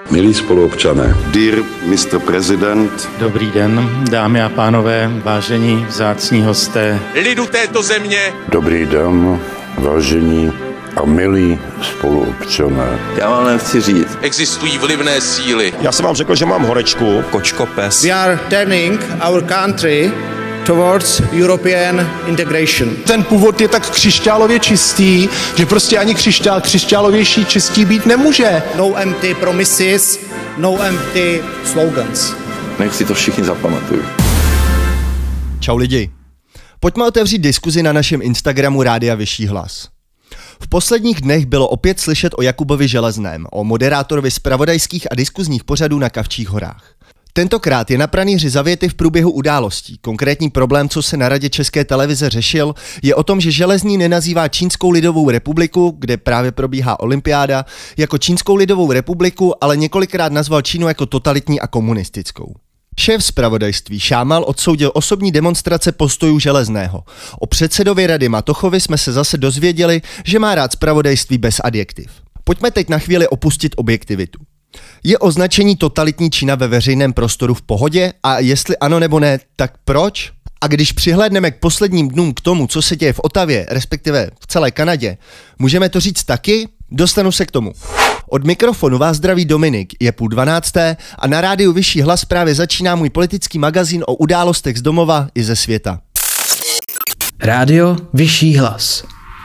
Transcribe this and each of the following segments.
Milí spoluobčané. Dear Mr. President. Dobrý den, dámy a pánové, vážení vzácní hosté. Lidu této země. Dobrý den, vážení a milí spoluobčané. Já vám jen chci říct. Existují vlivné síly. Já jsem vám řekl, že mám horečku. Kočko pes. We are turning our country towards European integration. Ten původ je tak křišťálově čistý, že prostě ani křišťálovější čistý být nemůže. No empty promises, no empty slogans. Nech si to všichni zapamatují. Čau lidi. Pojďme otevřít diskuzi na našem Instagramu Rádia Vyšší hlas. V posledních dnech bylo opět slyšet o Jakubovi Železném, o moderátorovi zpravodajských a diskuzních pořadů na Kavčích horách. Tentokrát je na pranýři zavěty v průběhu událostí. Konkrétní problém, co se na Radě České televize řešil, je o tom, že Železný nenazývá Čínskou lidovou republiku, kde právě probíhá olympiáda, jako Čínskou lidovou republiku, ale několikrát nazval Čínu jako totalitní a komunistickou. Šéf zpravodajství Šámal odsoudil osobní demonstrace postojů Železného. O předsedovi Rady Matochovi jsme se zase dozvěděli, že má rád zpravodajství bez adjektiv. Pojďme teď na chvíli opustit objektivitu. Je označení totalitní Čína ve veřejném prostoru v pohodě a jestli ano nebo ne, tak proč? A když přihlédneme k posledním dnům k tomu, co se děje v Ottawě, respektive v celé Kanadě, můžeme to říct taky? Dostanu se k tomu. Od mikrofonu vás zdraví Dominik, je 11:30 a na rádiu Vyšší hlas právě začíná můj politický magazín o událostech z domova i ze světa. Rádio Vyšší hlas.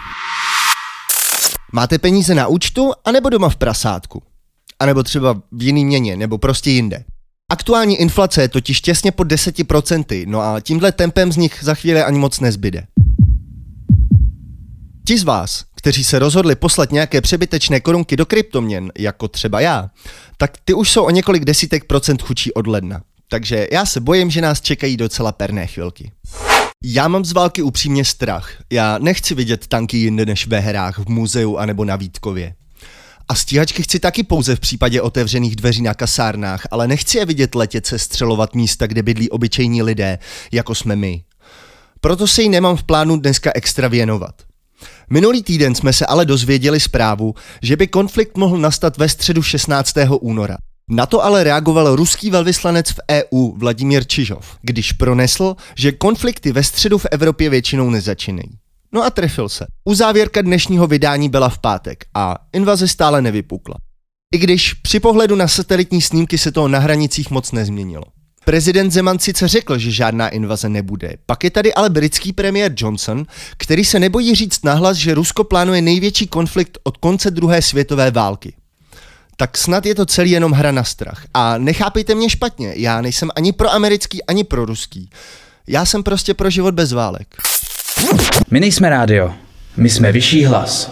Máte peníze na účtu, anebo doma v prasátku? A nebo třeba v jiný měně, nebo prostě jinde. Aktuální inflace je totiž těsně pod 10%, no a tímhle tempem z nich za chvíli ani moc nezbyde. Ti z vás, kteří se rozhodli poslat nějaké přebytečné korunky do kryptoměn, jako třeba já, tak ty už jsou o několik desítek procent chudší od ledna. Takže já se bojím, že nás čekají docela perné chvilky. Já mám z války upřímně strach. Já nechci vidět tanky jinde než ve hrách, v muzeu anebo na Vítkově. A stíhačky chci taky pouze v případě otevřených dveří na kasárnách, ale nechci je vidět letět se střelovat místa, kde bydlí obyčejní lidé, jako jsme my. Proto se jí nemám v plánu dneska extra věnovat. Minulý týden jsme se ale dozvěděli zprávu, že by konflikt mohl nastat ve středu 16. února. Na to ale reagoval ruský velvyslanec v EU Vladimír Čižov, když pronesl, že konflikty ve středu v Evropě většinou nezačínají. No a trefil se. Uzávěrka dnešního vydání byla v pátek a invaze stále nevypukla. I když při pohledu na satelitní snímky se toho na hranicích moc nezměnilo. Prezident Zeman sice řekl, že žádná invaze nebude. Pak je tady ale britský premiér Johnson, který se nebojí říct nahlas, že Rusko plánuje největší konflikt od konce druhé světové války. Tak snad je to celý jenom hra na strach. A nechápejte mě špatně, já nejsem ani proamerický, ani proruský. Já jsem prostě pro život bez válek. My nejsme rádio, my jsme Vyšší hlas.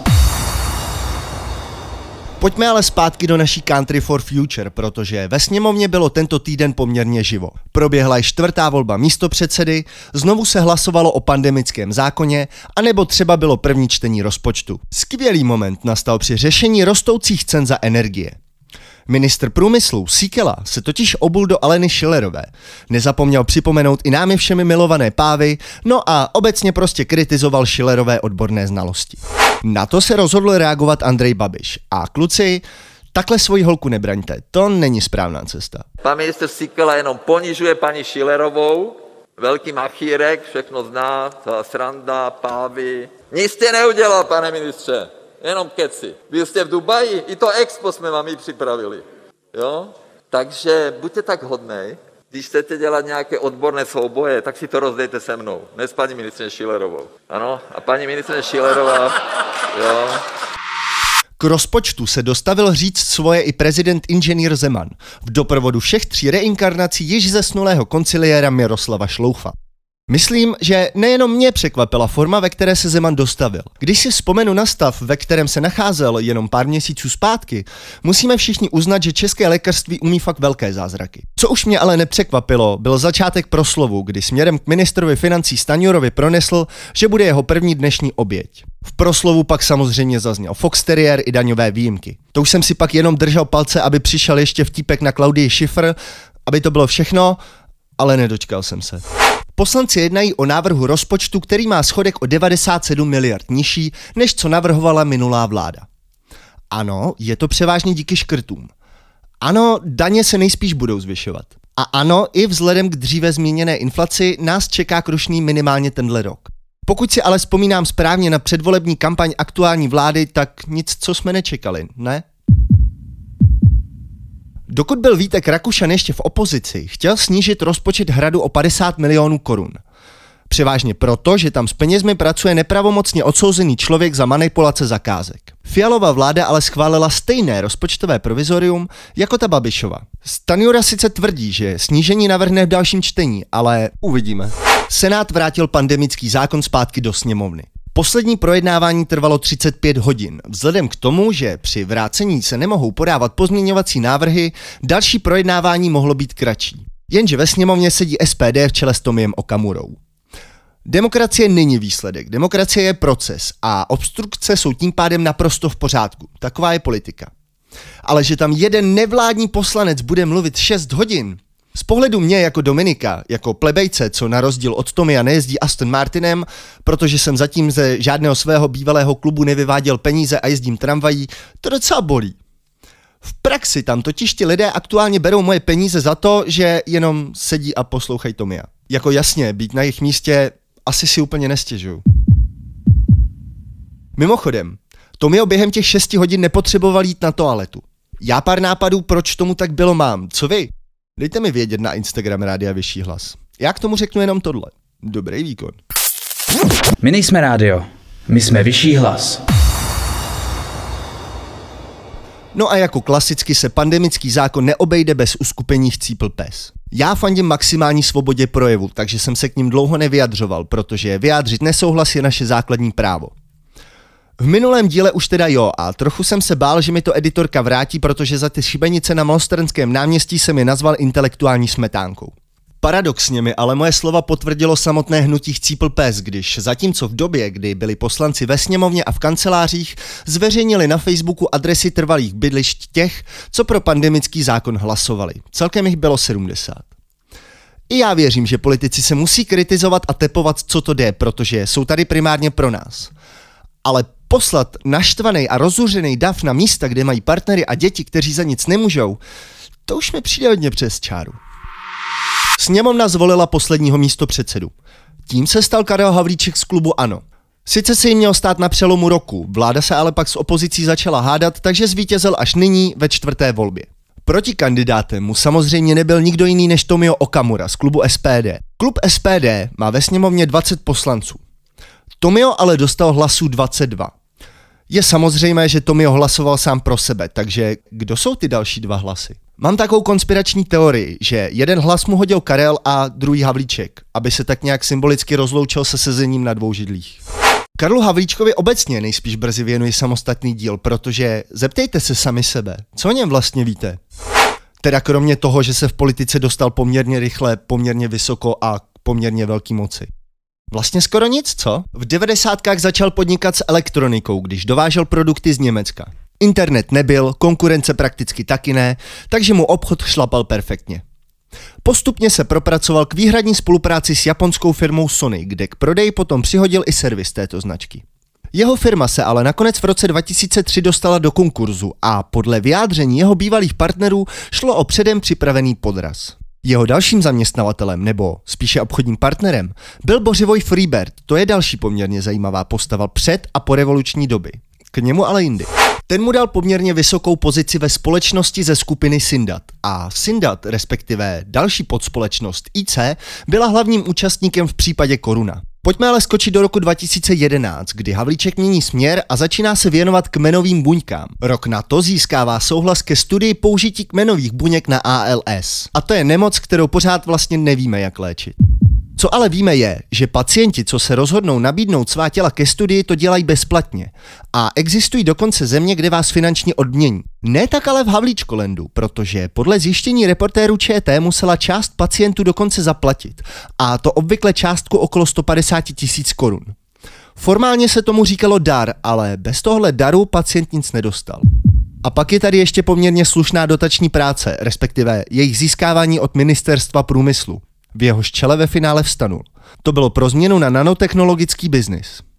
Pojďme ale zpátky do naší Country for Future, protože ve sněmovně bylo tento týden poměrně živo. Proběhla i 4. volba místopředsedy, znovu se hlasovalo o pandemickém zákoně, anebo třeba bylo první čtení rozpočtu. Skvělý moment nastal při řešení rostoucích cen za energie. Ministr průmyslu Síkela se totiž obul do Aleny Schillerové. Nezapomněl připomenout i námi všemi milované pávy, no a obecně prostě kritizoval Schillerové odborné znalosti. Na to se rozhodl reagovat Andrej Babiš. A kluci, takhle svoji holku nebraňte, to není správná cesta. Pan ministr Síkela jenom ponižuje paní Schillerovou, velký machírek, všechno zná, celá sranda, pávy. Nic jste neudělal, pane ministře. Jenom keci. Byl jste v Dubaji, i to expo jsme vám i připravili. Jo? Takže buďte tak hodnej, když chcete dělat nějaké odborné souboje, tak si to rozdejte se mnou, ne s paní ministrem Schillerovou. Ano? A paní ministrem Schillerová, jo? K rozpočtu se dostavil říct svoje i prezident inženýr Zeman v doprovodu všech 3 reinkarnací již zesnulého konciliéra Miroslava Šloucha. Myslím, že nejenom mě překvapila forma, ve které se Zeman dostavil. Když si vzpomenu na stav, ve kterém se nacházel jenom pár měsíců zpátky, musíme všichni uznat, že české lékařství umí fakt velké zázraky. Co už mě ale nepřekvapilo, byl začátek proslovu, kdy směrem k ministrovi financí Stanjurovi pronesl, že bude jeho první dnešní oběť. V proslovu pak samozřejmě zazněl Foxteriér i daňové výjimky. To už jsem si pak jenom držel palce, aby přišel ještě vtípek na Klaudii Schiffer, aby to bylo všechno, ale nedočkal jsem se. Poslanci jednají o návrhu rozpočtu, který má schodek o 97 miliard nižší, než co navrhovala minulá vláda. Ano, je to převážně díky škrtům. Ano, daně se nejspíš budou zvyšovat. A ano, i vzhledem k dříve zmíněné inflaci nás čeká krušný minimálně tenhle rok. Pokud si ale vzpomínám správně na předvolební kampaň aktuální vlády, tak nic, co jsme nečekali, ne? Dokud byl Vítek Rakušan ještě v opozici, chtěl snížit rozpočet Hradu o 50 milionů korun. Převážně proto, že tam s penězmi pracuje nepravomocně odsouzený člověk za manipulace zakázek. Fialova vláda ale schválila stejné rozpočtové provizorium jako ta Babišova. Stanjura sice tvrdí, že snížení navrhne v dalším čtení, ale uvidíme. Senát vrátil pandemický zákon zpátky do sněmovny. Poslední projednávání trvalo 35 hodin. Vzhledem k tomu, že při vrácení se nemohou podávat pozměňovací návrhy, další projednávání mohlo být kratší. Jenže ve sněmovně sedí SPD v čele s Tomiem Okamurou. Demokracie není výsledek, demokracie je proces a obstrukce jsou tím pádem naprosto v pořádku. Taková je politika. Ale že tam jeden nevládní poslanec bude mluvit 6 hodin, z pohledu mě jako Dominika, jako plebejce, co na rozdíl od Tomia nejezdí Aston Martinem, protože jsem zatím ze žádného svého bývalého klubu nevyváděl peníze a jezdím tramvají, to docela bolí. V praxi tam totiž ti lidé aktuálně berou moje peníze za to, že jenom sedí a poslouchají Tomia. Jako jasně, být na jejich místě asi si úplně nestěžuju. Mimochodem, Tomio během těch 6 hodin nepotřeboval jít na toaletu. Já pár nápadů, proč tomu tak bylo mám. Co vy? Dejte mi vědět na Instagram Rádia Vyšší hlas. Já k tomu řeknu jenom tohle. Dobrý výkon. My nejsme rádio, my jsme Vyšší hlas. No a jako klasicky se pandemický zákon neobejde bez uskupení Chcípl pes. Já fandím maximální svobodě projevu, takže jsem se k ním dlouho nevyjadřoval, protože vyjádřit nesouhlas je naše základní právo. V minulém díle už teda jo a trochu jsem se bál, že mi to editorka vrátí, protože za ty šibenice na Malostranském náměstí jsem je nazval intelektuální smetánkou. Paradoxně mi ale moje slova potvrdilo samotné hnutí Chcípl pes, když zatímco v době, kdy byli poslanci ve sněmovně a v kancelářích, zveřejnili na Facebooku adresy trvalých bydlišť těch, co pro pandemický zákon hlasovali. Celkem jich bylo 70. I já věřím, že politici se musí kritizovat a tepovat, co to jde, protože jsou tady primárně pro nás. Ale poslat naštvaný a rozuřený dav na místa, kde mají partnery a děti, kteří za nic nemůžou, to už mi přijde hodně přes čáru. Sněmovna zvolila posledního místopředsedu. Tím se stal Karel Havlíček z klubu ANO. Sice se jim měl stát na přelomu roku, vláda se ale pak s opozicí začala hádat, takže zvítězil až nyní ve 4. volbě. Protikandidátem mu samozřejmě nebyl nikdo jiný než Tomio Okamura z klubu SPD. Klub SPD má ve sněmovně 20 poslanců. Tomio ale dostal hlasů 22. Je samozřejmé, že Tomio hlasoval sám pro sebe, takže kdo jsou ty další 2 hlasy? Mám takovou konspirační teorii, že jeden hlas mu hodil Karel a druhý Havlíček, aby se tak nějak symbolicky rozloučil se sezením na 2 židlích. Karlu Havlíčkovi obecně nejspíš brzy věnuji samostatný díl, protože zeptejte se sami sebe, co o něm vlastně víte? Teda kromě toho, že se v politice dostal poměrně rychle, poměrně vysoko a k poměrně velký moci. Vlastně skoro nic, co? V 90kách začal podnikat s elektronikou, když dovážel produkty z Německa. Internet nebyl, konkurence prakticky taky ne, takže mu obchod šlapal perfektně. Postupně se propracoval k výhradní spolupráci s japonskou firmou Sony, kde k prodeji potom přihodil i servis této značky. Jeho firma se ale nakonec v roce 2003 dostala do konkurzu a podle vyjádření jeho bývalých partnerů šlo o předem připravený podraz. Jeho dalším zaměstnavatelem, nebo spíše obchodním partnerem, byl Bořivoj Freebird, to je další poměrně zajímavá postava před a po revoluční doby. K němu ale jindy. Ten mu dal poměrně vysokou pozici ve společnosti ze skupiny Syndat. A Syndat, respektive další podspolečnost IC, byla hlavním účastníkem v případě Koruna. Pojďme ale skočit do roku 2011, kdy Havlíček mění směr a začíná se věnovat kmenovým buňkám. Rok na to získává souhlas ke studii použití kmenových buněk na ALS. A to je nemoc, kterou pořád vlastně nevíme, jak léčit. Co ale víme je, že pacienti, co se rozhodnou nabídnout svá těla ke studii, to dělají bezplatně. A existují dokonce země, kde vás finančně odmění. Ne tak ale v Havlíčkolandu, protože podle zjištění reportérů ČT musela část pacientů dokonce zaplatit. A to obvykle částku okolo 150 000 korun. Formálně se tomu říkalo dar, ale bez tohle daru pacient nic nedostal. A pak je tady ještě poměrně slušná dotační práce, respektive jejich získávání od Ministerstva průmyslu. V jehož čele ve finále vstanul. To bylo pro změnu na nanotechnologický biznis.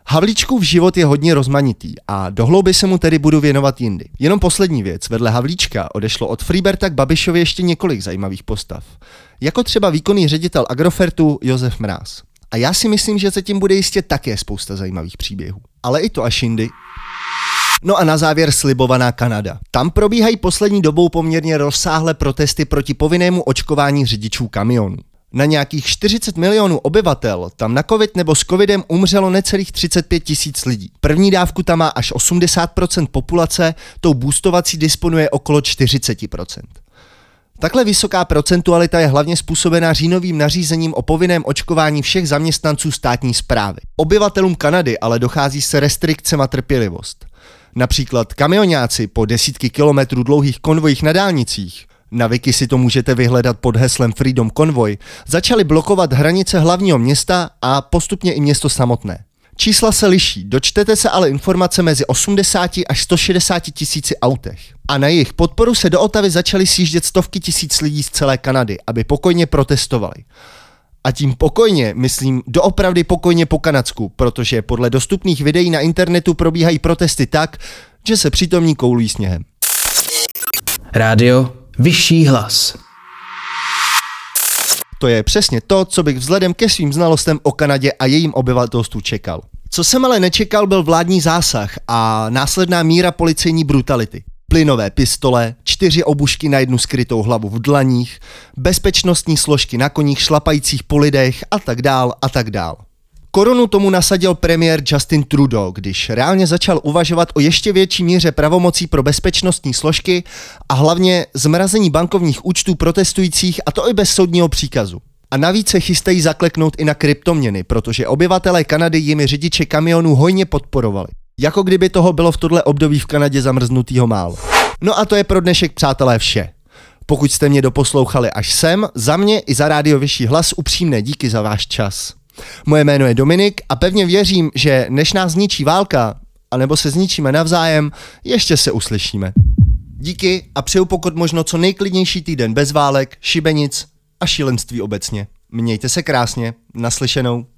Havlíčkův život je hodně rozmanitý a do hlouby se mu tedy budu věnovat jindy. Jenom poslední věc, vedle Havlíčka odešlo od Freeberta k Babišovi ještě několik zajímavých postav. Jako třeba výkonný ředitel Agrofertu Josef Mráz. A já si myslím, že se tím bude jistě také spousta zajímavých příběhů. Ale i to až jindy. No a na závěr slibovaná Kanada. Tam probíhají poslední dobou poměrně rozsáhlé protesty proti povinnému očkování řidičů kamionů. Na nějakých 40 milionů obyvatel tam na covid nebo s covidem umřelo necelých 35 000 lidí. První dávku tam má až 80% populace, tou boostovací disponuje okolo 40%. Takhle vysoká procentualita je hlavně způsobená říjnovým nařízením o povinném očkování všech zaměstnanců státní správy. Obyvatelům Kanady ale dochází se restrikcemi a trpělivost. Například kamionáci po desítky kilometrů dlouhých konvojích na dálnicích, na Wiki si to můžete vyhledat pod heslem Freedom Convoy, začali blokovat hranice hlavního města a postupně i město samotné. Čísla se liší, dočtete se ale informace mezi 80 až 160 tisíci autech. A na jejich podporu se do Ottawy začaly sjíždět stovky tisíc lidí z celé Kanady, aby pokojně protestovali. A tím pokojně, myslím doopravdy pokojně po kanadsku, protože podle dostupných videí na internetu probíhají protesty tak, že se přítomní koulují sněhem. Rádio Vyšší hlas. To je přesně to, co bych vzhledem ke svým znalostem o Kanadě a jejím obyvatelstvu čekal. Co jsem ale nečekal, byl vládní zásah a následná míra policejní brutality. Plynové pistole, 4 obušky na jednu skrytou hlavu v dlaních, bezpečnostní složky na koních šlapajících po lidech a tak dál a tak dál. Korunu tomu nasadil premiér Justin Trudeau, když reálně začal uvažovat o ještě větší míře pravomocí pro bezpečnostní složky a hlavně zmrazení bankovních účtů protestujících, a to i bez soudního příkazu. A navíc se chystají zakleknout i na kryptoměny, protože obyvatelé Kanady jimi řidiče kamionů hojně podporovali. Jako kdyby toho bylo v tohle období v Kanadě zamrznutýho málo. No a to je pro dnešek, přátelé, vše. Pokud jste mě doposlouchali až sem, za mě i za Rádio Vyšší hlas upřímné díky za váš čas. Moje jméno je Dominik a pevně věřím, že než nás zničí válka, anebo se zničíme navzájem, ještě se uslyšíme. Díky a přeju pokud možno co nejklidnější týden bez válek, šibenic a šílenství obecně. Mějte se krásně, naslyšenou.